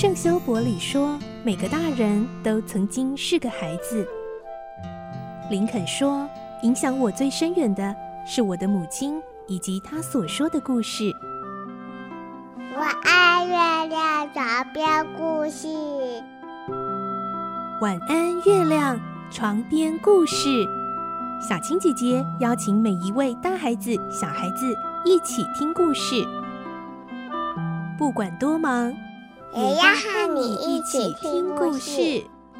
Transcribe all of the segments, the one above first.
圣修伯里说，每个大人都曾经是个孩子。林肯说，影响我最深远的是我的母亲以及她所说的故事。 我爱月亮床边故事。 晚安，月亮床边故事。小青姐姐邀请每一位大孩子、小孩子一起听故事，不管多忙， 也要和你一起听故事。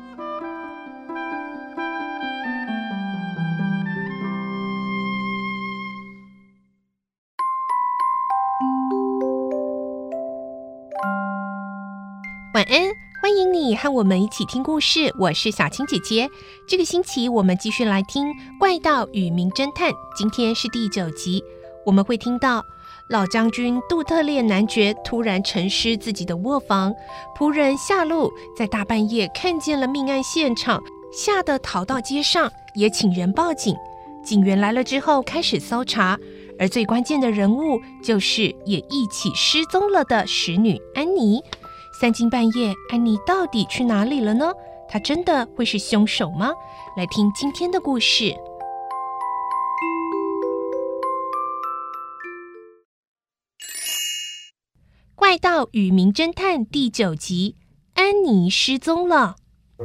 晚安，欢迎你和我们一起听故事，我是小青姐姐。这个星期我们继续来听《怪盗与名侦探》，今天是第9集。我们会听到老将军杜特列男爵突然沉尸自己的卧房，仆人夏露在大半夜看见了命案现场，吓得逃到街上，也请人报警。警员来了之后开始搜查，而最关键的人物就是也一起失踪了的使女安妮。3更半夜，安妮到底去哪里了呢？她真的会是凶手吗？来听今天的故事。怪盗与名侦探第9集，安妮失踪了。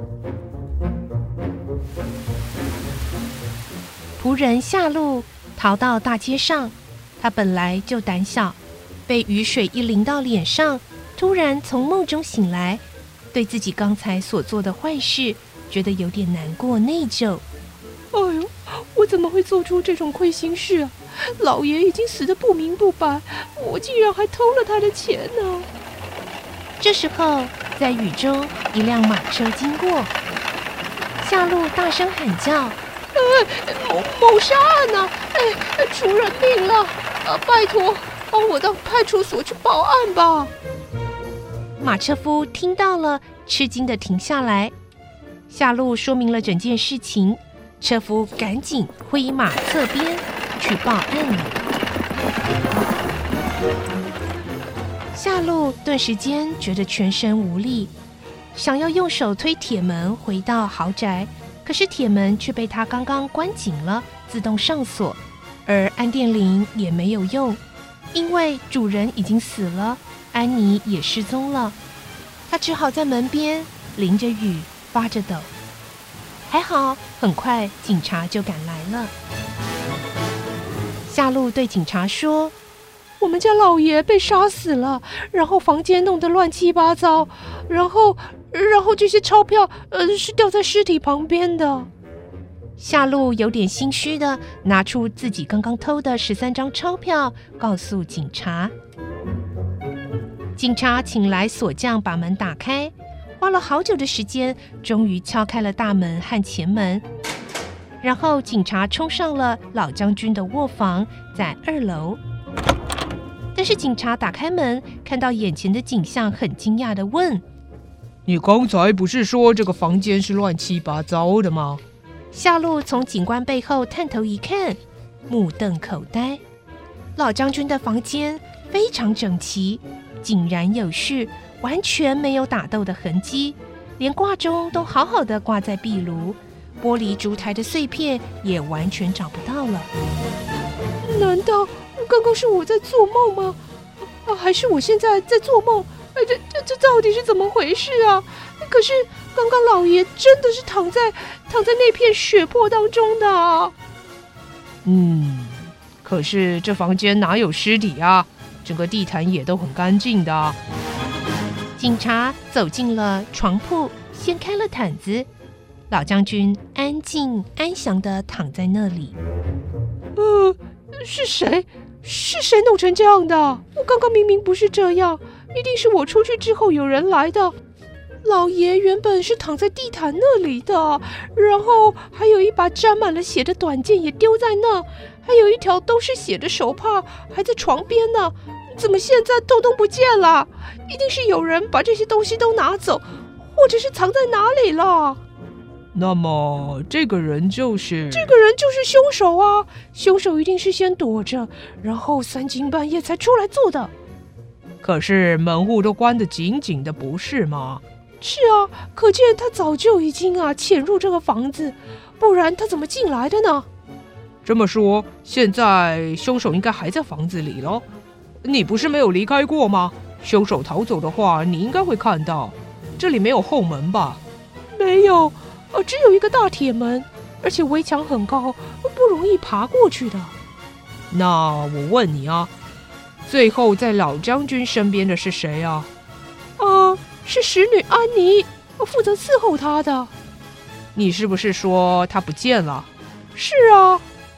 仆人夏露逃到大街上，他本来就胆小，被雨水一淋到脸上，突然从梦中醒来，对自己刚才所做的坏事觉得有点难过内疚。 哎呦，我怎么会做出这种亏心事啊？老爷已经死得不明不白，我竟然还偷了他的钱呢！ 这时候，在雨中，一辆马车经过，夏露大声喊叫：“ 谋杀案啊！出人命了！拜托，帮我到派出所去报案吧！” 马车夫听到了，吃惊地停下来。夏露说明了整件事情，车夫赶紧挥马侧边去报案了。夏露顿时间觉得全身无力，想要用手推铁门回到豪宅，可是铁门却被他刚刚关紧了，自动上锁，而按电铃也没有用，因为主人已经死了，安妮也失踪了。他只好在门边淋着雨发着抖。还好很快警察就赶来了。夏露对警察说， 我们家老爷被杀死了，然后房间弄得乱七八糟，然后这些钞票是掉在尸体旁边的。 夏露有点心虚的拿出自己刚刚偷的13张钞票，告诉警察。警察请来锁匠把门打开，花了好久的时间，终于敲开了大门和前门。然后警察冲上了老将军的卧房，在2楼。但是警察打开门，看到眼前的景象，很惊讶地问：“ 你刚才不是说这个房间是乱七八糟的吗？” 夏露从警官背后探头一看，目瞪口呆。老将军的房间非常整齐，井然有序，完全没有打斗的痕迹，连挂钟都好好的挂在壁炉，玻璃烛台的碎片也完全找不到了。 难道刚刚是我在做梦吗？还是我现在在做梦？这到底是怎么回事啊？可是刚刚老爷真的是躺在那片血泊当中的啊。可是这房间哪有尸体啊？整个地毯也都很干净的啊。 警察走进了床铺，掀开了毯子，老将军安静安详地躺在那里。 是谁？是谁弄成这样的？我刚刚明明不是这样，一定是我出去之后有人来的。老爷原本是躺在地毯那里的，然后还有一把沾满了血的短剑也丢在那，还有一条都是血的手帕还在床边呢。怎么现在都不见了？一定是有人把这些东西都拿走，或者是藏在哪里了。那么这个人就是凶手啊！凶手一定是先躲着，然后3更半夜才出来做的。 可是门户都关得紧紧的，不是吗？是啊，可见他早就已经潜入这个房子，不然他怎么进来的呢？这么说，现在凶手应该还在房子里咯。你不是没有离开过吗？凶手逃走的话，你应该会看到。这里没有后门吧？没有，只有一个大铁门，而且围墙很高，不容易爬过去的。那我问你啊，最后在老将军身边的是谁啊？是使女安妮，负责伺候他的。你是不是说他不见了？是啊。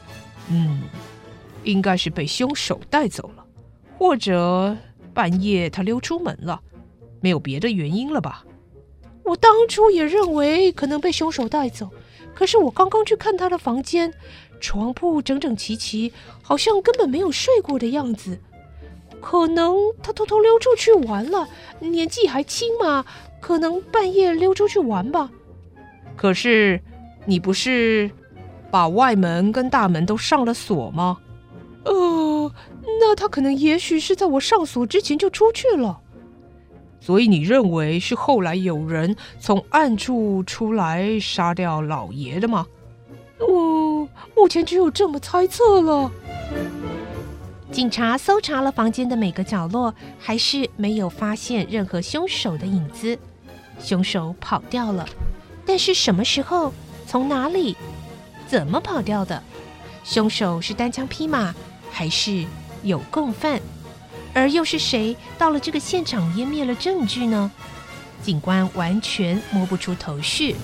应该是被凶手带走了，或者半夜他溜出门了，没有别的原因了吧？我当初也认为可能被凶手带走，可是我刚刚去看他的房间，床铺整整齐齐，好像根本没有睡过的样子。可能他偷偷溜出去玩了，年纪还轻嘛，可能半夜溜出去玩吧。可是你不是把外门跟大门都上了锁吗？那他可能也许是在我上锁之前就出去了。所以你认为是后来有人从暗处出来杀掉老爷的吗？目前只有这么猜测了。 警察搜查了房间的每个角落，还是没有发现任何凶手的影子。凶手跑掉了，但是什么时候、从哪里、怎么跑掉的？凶手是单枪匹马，还是有共犯？而又是谁到了这个现场湮灭了证据呢？警官完全摸不出头绪。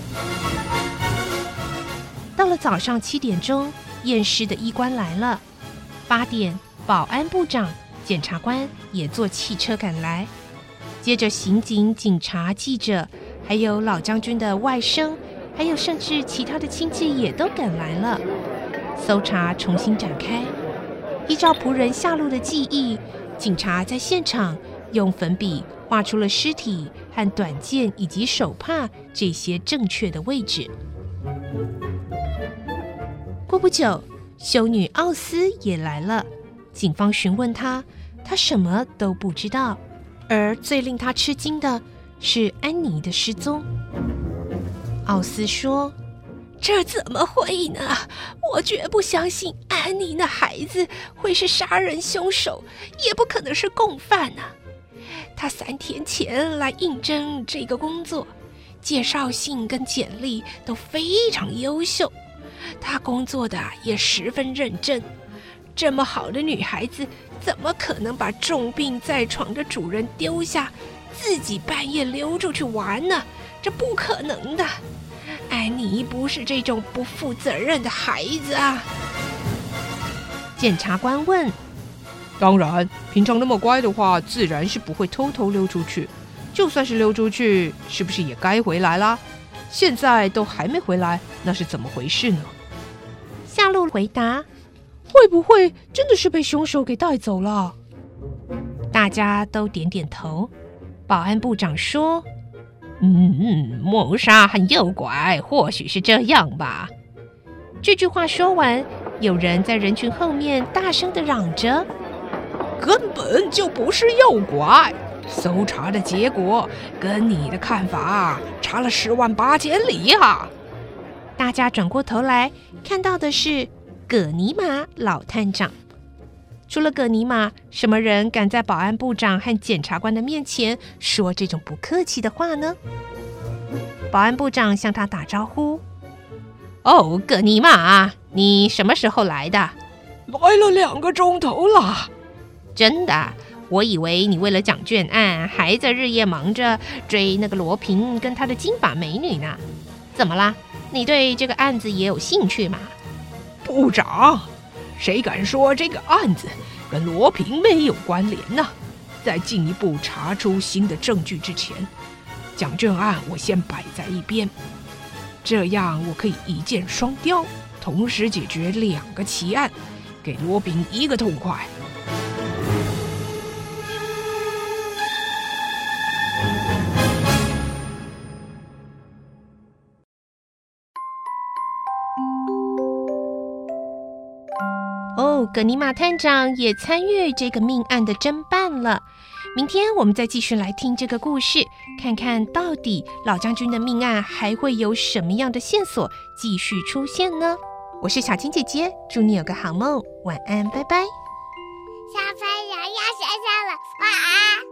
到了早上7点钟，验尸的医官来了。8点，保安部长、检察官也坐汽车赶来。接着刑警、警察、记者，还有老将军的外甥，还有甚至其他的亲戚也都赶来了。搜查重新展开，依照仆人下落的记忆，警察在现场用粉笔画出了尸体和短剑以及手帕这些正确的位置。过不久，修女奥斯也来了。警方询问她，她什么都不知道。而最令她吃惊的是安妮的失踪。奥斯说：“这怎么会呢？我绝不相信安妮的孩子会是杀人凶手，也不可能是共犯啊！他3天前来应征这个工作，介绍信跟简历都非常优秀，他工作的也十分认真。这么好的女孩子，怎么可能把重病在床的主人丢下，自己半夜溜出去玩呢？这不可能的。安妮不是这种不负责任的孩子啊。”检察官问：“ 当然，平常那么乖的话，自然是不会偷偷溜出去。就算是溜出去，是不是也该回来啦？现在都还没回来，那是怎么回事呢？” 夏露回答：“ 会不会真的是被凶手给带走了？” 大家都点点头。保安部长说：“谋杀和诱拐，或许是这样吧。”这句话说完，有人在人群后面大声地嚷着：“ 根本就不是诱拐！搜查的结果跟你的看法差了108000里呀！” 大家转过头来，看到的是葛尼玛老探长。除了葛尼玛，什么人敢在保安部长和检察官的面前说这种不客气的话呢？保安部长向他打招呼：“哦，葛尼玛，你什么时候来的？”“ 来了2个钟头了。”“ 真的？我以为你为了奖卷案还在日夜忙着追那个罗平跟他的金发美女呢。怎么啦？你对这个案子也有兴趣吗？”“ 部长，谁敢说这个案子跟罗平没有关联呢？在进一步查出新的证据之前，奖卷案我先摆在一边，这样我可以一箭双雕，同时解决2个奇案，给罗平一个痛快。” 葛尼玛探长也参与这个命案的侦办了。 明天我们再继续来听这个故事，看看到底老将军的命案还会有什么样的线索继续出现呢？我是小青姐姐，祝你有个好梦，晚安，拜拜。 小朋友要睡觉了，晚安。